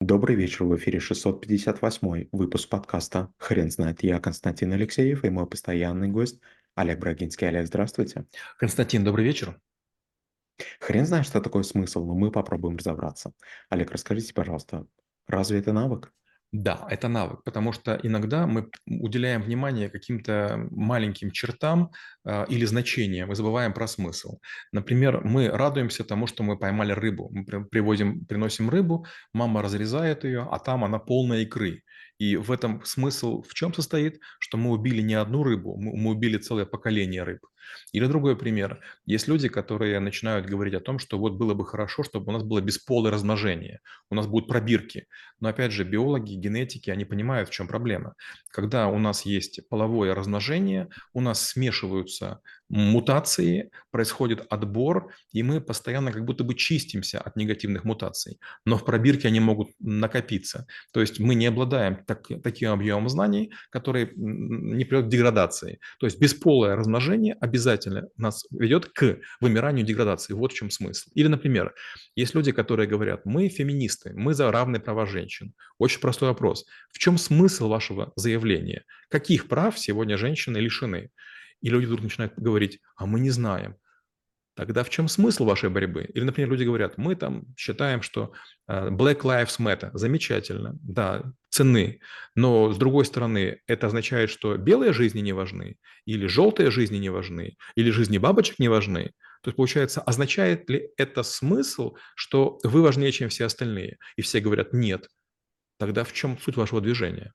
Добрый вечер, в эфире 658 выпуск подкаста «Хрен знает». Я Константин Алексеев и мой постоянный гость Олег Брагинский. Олег, здравствуйте. Константин, добрый вечер. Хрен знает, что такое смысл, но мы попробуем разобраться. Олег, расскажите, пожалуйста, разве это навык? Да, это навык, потому что иногда мы уделяем внимание каким-то маленьким чертам или значениям и забываем про смысл. Например, мы радуемся тому, что мы поймали рыбу. Мы приносим рыбу, мама разрезает ее, а там она полная икры. И в этом смысл в чем состоит? Что мы убили не одну рыбу, мы убили целое поколение рыб. Или другой пример. Есть люди, которые начинают говорить о том, что вот было бы хорошо, чтобы у нас было бесполое размножение, у нас будут пробирки. Но опять же, биологи, генетики, они понимают, в чем проблема. Когда у нас есть половое размножение, у нас смешиваются мутации, происходит отбор, и мы постоянно как будто бы чистимся от негативных мутаций. Но в пробирке они могут накопиться. То есть мы не обладаем таким объемом знаний, который не приведет к деградации. То есть бесполое размножение обязательно нас ведет к вымиранию, деградации. Вот в чем смысл. Или, например, есть люди, которые говорят, мы феминисты, мы за равные права женщин. Очень простой вопрос. В чем смысл вашего заявления? Каких прав сегодня женщины лишены? И люди вдруг начинают говорить, а мы не знаем. Тогда в чем смысл вашей борьбы? Или, например, люди говорят, мы там считаем, что Black Lives Matter, замечательно, да, ценны, но с другой стороны, это означает, что белые жизни не важны, или желтые жизни не важны, или жизни бабочек не важны. То есть, получается, означает ли это смысл, что вы важнее, чем все остальные? И все говорят, нет. Тогда в чем суть вашего движения?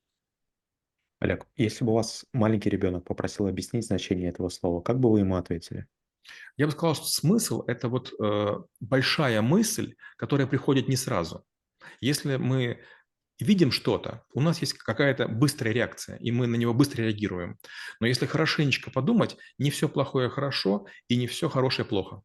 Олег, если бы у вас маленький ребенок попросил объяснить значение этого слова, как бы вы ему ответили? Я бы сказал, что смысл – это вот большая мысль, которая приходит не сразу. Если мы видим что-то, у нас есть какая-то быстрая реакция, и мы на него быстро реагируем. Но если хорошенечко подумать, не все плохое хорошо, и не все хорошее плохо.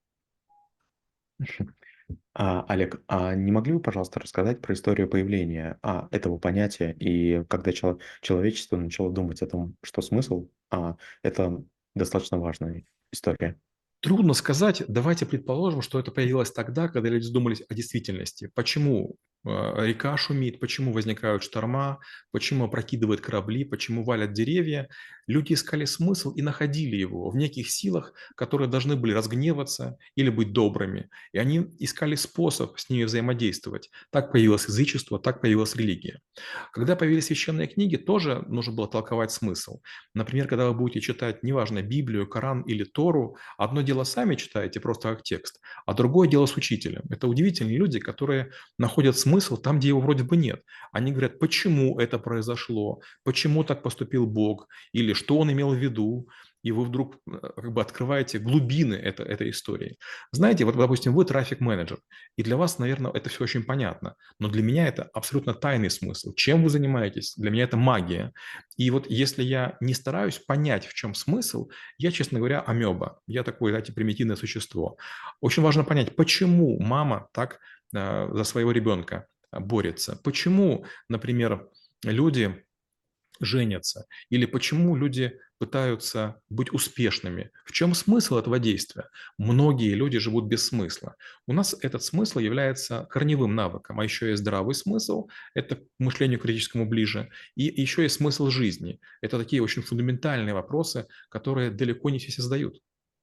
Олег, а не могли бы, пожалуйста, рассказать про историю появления этого понятия и когда человечество начало думать о том, что смысл, это достаточно важная история. Трудно сказать. Давайте предположим, что это появилось тогда, когда люди задумались о действительности. Почему река шумит, почему возникают шторма, почему опрокидывают корабли, почему валят деревья. Люди искали смысл и находили его в неких силах, которые должны были разгневаться или быть добрыми. И они искали способ с ними взаимодействовать. Так появилось язычество, так появилась религия. Когда появились священные книги, тоже нужно было толковать смысл. Например, когда вы будете читать, неважно, Библию, Коран или Тору, одно дело сами читаете просто как текст, а другое дело с учителем. Это удивительные люди, которые находят смысл там, где его вроде бы нет. Они говорят, почему это произошло, почему так поступил Бог, или что он имел в виду, и вы вдруг как бы открываете глубины этой истории. Знаете, вот, допустим, вы трафик-менеджер, и для вас, наверное, это все очень понятно, но для меня это абсолютно тайный смысл. Чем вы занимаетесь? Для меня это магия. И вот если я не стараюсь понять, в чем смысл, я, честно говоря, амеба. Я такое, знаете, примитивное существо. Очень важно понять, почему мама так за своего ребенка борется. Почему, например, люди женятся, или почему люди пытаются быть успешными. В чем смысл этого действия? Многие люди живут без смысла. У нас этот смысл является корневым навыком, а еще есть здравый смысл, это к мышлению критическому ближе, и еще есть смысл жизни. Это такие очень фундаментальные вопросы, которые далеко не все создают.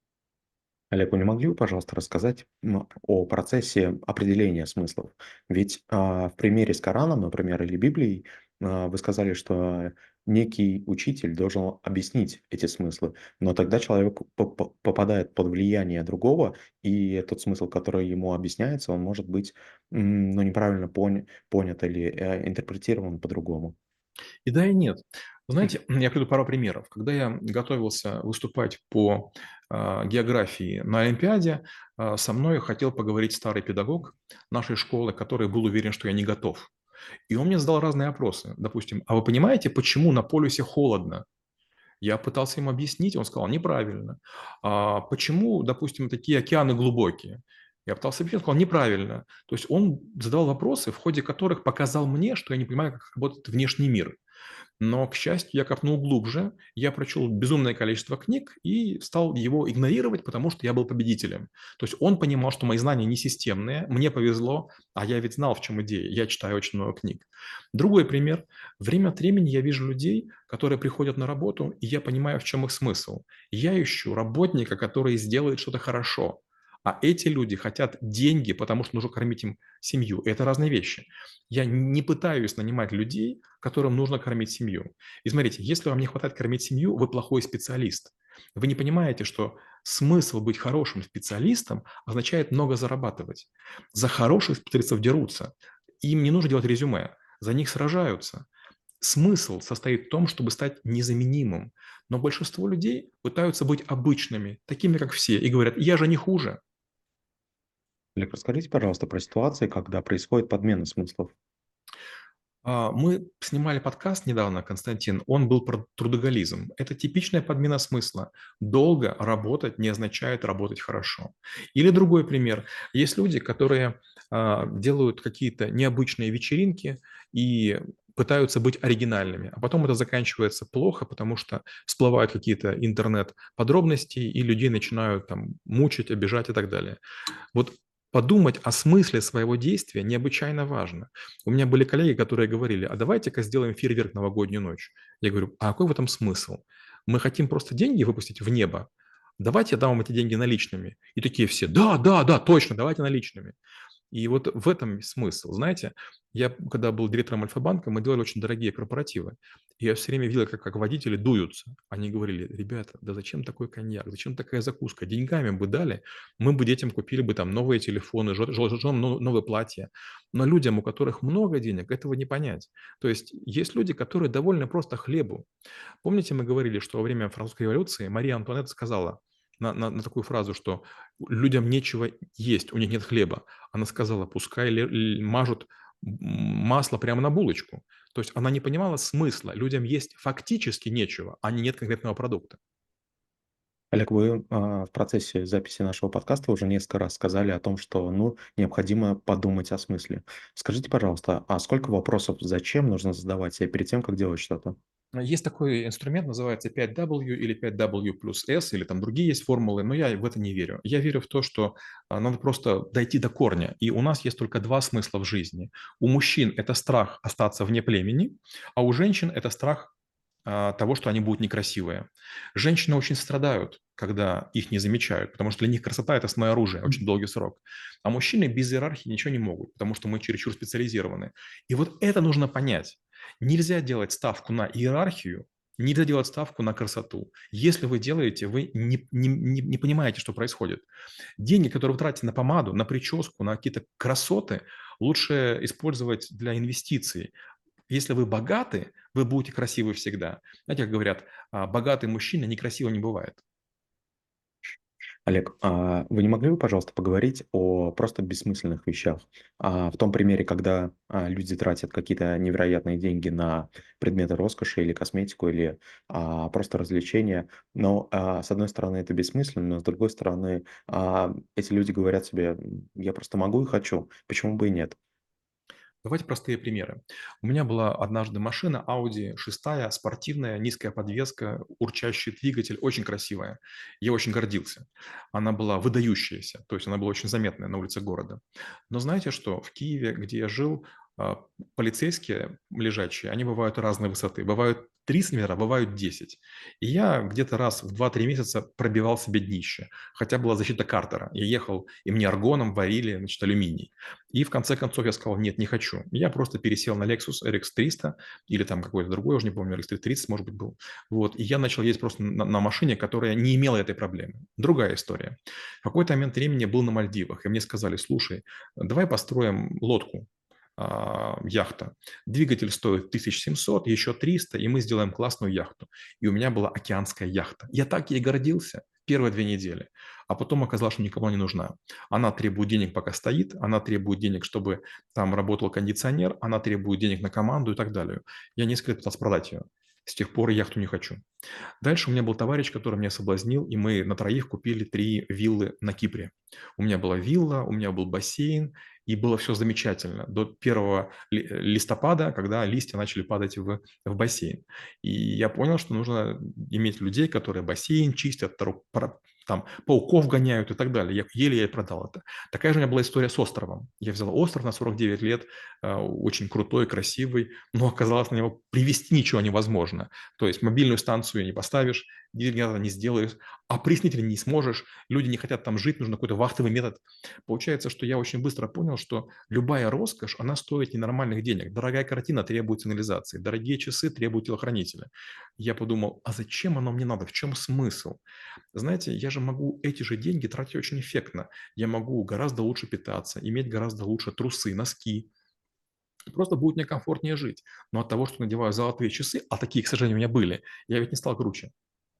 Олег, вы не могли бы, пожалуйста, рассказать о процессе определения смыслов? Ведь в примере с Кораном, например, или Библией, вы сказали, что некий учитель должен объяснить эти смыслы, но тогда человек попадает под влияние другого, и тот смысл, который ему объясняется, он может быть ну, неправильно понят или интерпретирован по-другому. И да, и нет. Знаете, я приведу пару примеров. Когда я готовился выступать по географии на Олимпиаде, со мной хотел поговорить старый педагог нашей школы, который был уверен, что я не готов. И он мне задал разные вопросы. Допустим, а вы понимаете, почему на полюсе холодно? Я пытался ему объяснить, он сказал, неправильно. А почему, допустим, такие океаны глубокие? Я пытался объяснить, он сказал неправильно. То есть он задавал вопросы, в ходе которых показал мне, что я не понимаю, как работает внешний мир. Но, к счастью, я копнул глубже, я прочел безумное количество книг и стал его игнорировать, потому что я был победителем. То есть он понимал, что мои знания не системные, мне повезло, а я ведь знал, в чем идея. Я читаю очень много книг. Другой пример. Время от времени я вижу людей, которые приходят на работу, и я понимаю, в чем их смысл. Я ищу работника, который сделает что-то хорошо. А эти люди хотят деньги, потому что нужно кормить им семью. Это разные вещи. Я не пытаюсь нанимать людей, которым нужно кормить семью. И смотрите, если вам не хватает кормить семью, вы плохой специалист. Вы не понимаете, что смысл быть хорошим специалистом означает много зарабатывать. За хороших специалистов дерутся. Им не нужно делать резюме, за них сражаются. Смысл состоит в том, чтобы стать незаменимым. Но большинство людей пытаются быть обычными, такими, как все, и говорят, я же не хуже. Олег, расскажите, пожалуйста, про ситуации, когда происходит подмена смыслов. Мы снимали подкаст недавно, Константин, он был про трудоголизм. Это типичная подмена смысла. Долго работать не означает работать хорошо. Или другой пример. Есть люди, которые делают какие-то необычные вечеринки и пытаются быть оригинальными, а потом это заканчивается плохо, потому что всплывают какие-то интернет-подробности, и людей начинают там мучить, обижать и так далее. Вот подумать о смысле своего действия необычайно важно. У меня были коллеги, которые говорили, а давайте-ка сделаем фейерверк новогоднюю ночь. Я говорю, а какой в этом смысл? Мы хотим просто деньги выпустить в небо. Давайте я дам вам эти деньги наличными. И такие все, да, да, да, точно, давайте наличными. И вот в этом смысл. Знаете, я когда был директором Альфа-банка, мы делали очень дорогие корпоративы. И я все время видел, как водители дуются. Они говорили, ребята, да зачем такой коньяк, зачем такая закуска? Деньгами бы дали, мы бы детям купили бы там новые телефоны, женам новые платья. Но людям, у которых много денег, этого не понять. То есть есть люди, которые довольны просто хлебу. Помните, мы говорили, что во время французской революции Мария Антуанетта сказала на такую фразу, что людям нечего есть, у них нет хлеба. Она сказала, пускай мажут масло прямо на булочку. То есть она не понимала смысла. Людям есть фактически нечего, а не нет конкретного продукта. Олег, вы в процессе записи нашего подкаста уже несколько раз сказали о том, что необходимо подумать о смысле. Скажите, пожалуйста, а сколько вопросов зачем нужно задавать себе перед тем, как делать что-то? Есть такой инструмент, называется 5W или 5W плюс S, или там другие есть формулы, но я в это не верю. Я верю в то, что надо просто дойти до корня. И у нас есть только два смысла в жизни. У мужчин это страх остаться вне племени, а у женщин это страх того, что они будут некрасивые. Женщины очень страдают, когда их не замечают, потому что для них красота – это основное оружие, очень долгий срок. А мужчины без иерархии ничего не могут, потому что мы чересчур специализированы. И вот это нужно понять. Нельзя делать ставку на иерархию, нельзя делать ставку на красоту. Если вы делаете, вы не понимаете, что происходит. Деньги, которые вы тратите на помаду, на прическу, на какие-то красоты, лучше использовать для инвестиций. Если вы богаты, вы будете красивы всегда. Знаете, как говорят, богатый мужчина некрасиво не бывает. Олег, вы не могли бы, пожалуйста, поговорить о просто бессмысленных вещах? В том примере, когда люди тратят какие-то невероятные деньги на предметы роскоши или косметику, или просто развлечения, но с одной стороны это бессмысленно, но с другой стороны эти люди говорят себе, я просто могу и хочу, почему бы и нет? Давайте простые примеры. У меня была однажды машина Audi 6, спортивная, низкая подвеска, урчащий двигатель, очень красивая. Я очень гордился. Она была выдающаяся, то есть она была очень заметная на улице города. Но знаете что? В Киеве, где я жил, а, полицейские лежачие, они бывают разной высоты. Бывают 30 метров, бывают 10. И я где-то раз в 2-3 месяца пробивал себе днище. Хотя была защита картера. Я ехал, и мне аргоном варили, значит, алюминий. И в конце концов я сказал, нет, не хочу. Я просто пересел на Lexus RX 300 или там какой-то другой, уже не помню, RX 330, может быть, был. Вот. И я начал ездить просто на машине, которая не имела этой проблемы. Другая история. В какой-то момент времени я был на Мальдивах, и мне сказали, слушай, давай построим лодку, яхта. Двигатель стоит 1700, еще 300, и мы сделаем классную яхту. И у меня была океанская яхта. Я так ей гордился первые 2 недели, а потом оказалось, что никому не нужна. Она требует денег, пока стоит, она требует денег, чтобы там работал кондиционер, она требует денег на команду и так далее. Я несколько лет пытался продать ее. С тех пор яхту не хочу. Дальше у меня был товарищ, который меня соблазнил, и мы на троих купили 3 виллы на Кипре. У меня была вилла, у меня был бассейн, и было все замечательно до 1 листопада, когда листья начали падать в бассейн. И я понял, что нужно иметь людей, которые бассейн чистят, там пауков гоняют и так далее. Еле я и продал это. Такая же у меня была история с островом. Я взял остров на 49 лет, очень крутой, красивый, но оказалось, на него привезти ничего невозможно. То есть мобильную станцию не поставишь, генератор не сделаешь, опреснитель не сможешь, люди не хотят там жить, нужно какой-то вахтовый метод. Получается, что я очень быстро понял, что любая роскошь, она стоит ненормальных денег. Дорогая картина требует сигнализации, дорогие часы требуют телохранителя. Я подумал, а зачем оно мне надо, в чем смысл? Знаете, я же могу эти же деньги тратить очень эффектно. Я могу гораздо лучше питаться, иметь гораздо лучше трусы, носки, просто будет мне комфортнее жить. Но от того, что надеваю золотые часы, а такие, к сожалению, у меня были, я ведь не стал круче.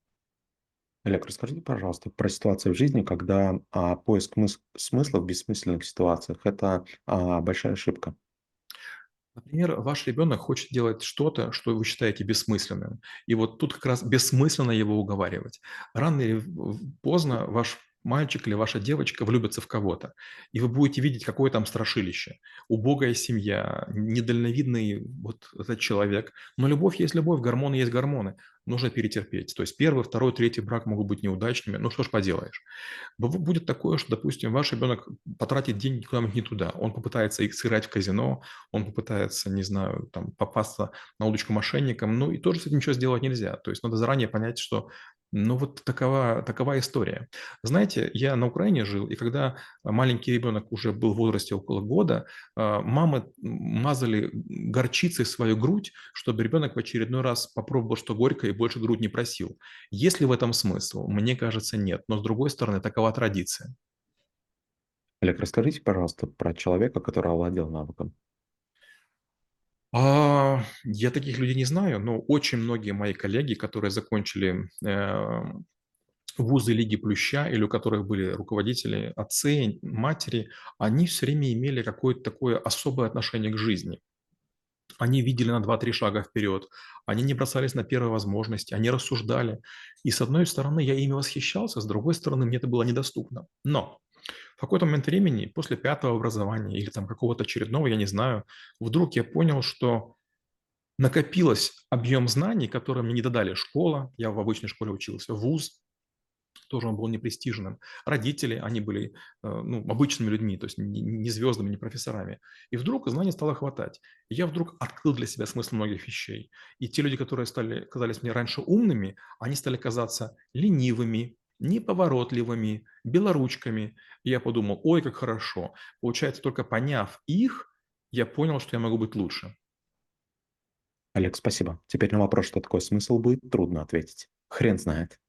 Олег, расскажите, пожалуйста, про ситуацию в жизни, когда поиск смысла в бессмысленных ситуациях — это большая ошибка. Например, ваш ребенок хочет делать что-то, что вы считаете бессмысленным. И вот тут как раз бессмысленно его уговаривать. Рано или поздно ваш мальчик или ваша девочка влюбятся в кого-то, и вы будете видеть, какое там страшилище. Убогая семья, недальновидный вот этот человек. Но любовь есть любовь, гормоны есть гормоны. Нужно перетерпеть. То есть первый, второй, третий брак могут быть неудачными. Ну что ж поделаешь. Будет такое, что, допустим, ваш ребенок потратит деньги куда-нибудь не туда. Он попытается их сыграть в казино, он попытается, не знаю, там, попасться на удочку мошенникам, ну и тоже с этим ничего сделать нельзя. То есть надо заранее понять, что ну вот такова история. Знаете, я на Украине жил, и когда маленький ребенок уже был в возрасте около года, мамы мазали горчицей свою грудь, чтобы ребенок в очередной раз попробовал, что горько, и больше грудь не просил. Есть ли в этом смысл? Мне кажется, нет. Но с другой стороны, такова традиция. Олег, расскажите, пожалуйста, про человека, который овладел навыком. Я таких людей не знаю, но очень многие мои коллеги, которые закончили вузы Лиги Плюща или у которых были руководители, отцы, матери, они все время имели какое-то такое особое отношение к жизни. Они видели на два-три шага вперед, они не бросались на первые возможности, они рассуждали. И с одной стороны, я ими восхищался, с другой стороны, мне это было недоступно. Но в какой-то момент времени, после пятого образования или там какого-то очередного, я не знаю, вдруг я понял, что накопилось объем знаний, которые мне не додали школа, я в обычной школе учился, вуз, тоже он был непрестижным. Родители, они были ну, обычными людьми, то есть не звездами, не профессорами. И вдруг знаний стало хватать. И я вдруг открыл для себя смысл многих вещей. И те люди, которые казались мне раньше умными, они стали казаться ленивыми, неповоротливыми, белоручками. И я подумал, ой, как хорошо. Получается, только поняв их, я понял, что я могу быть лучше. Олег, спасибо. Теперь на вопрос, что такое смысл, будет трудно ответить. Хрен знает.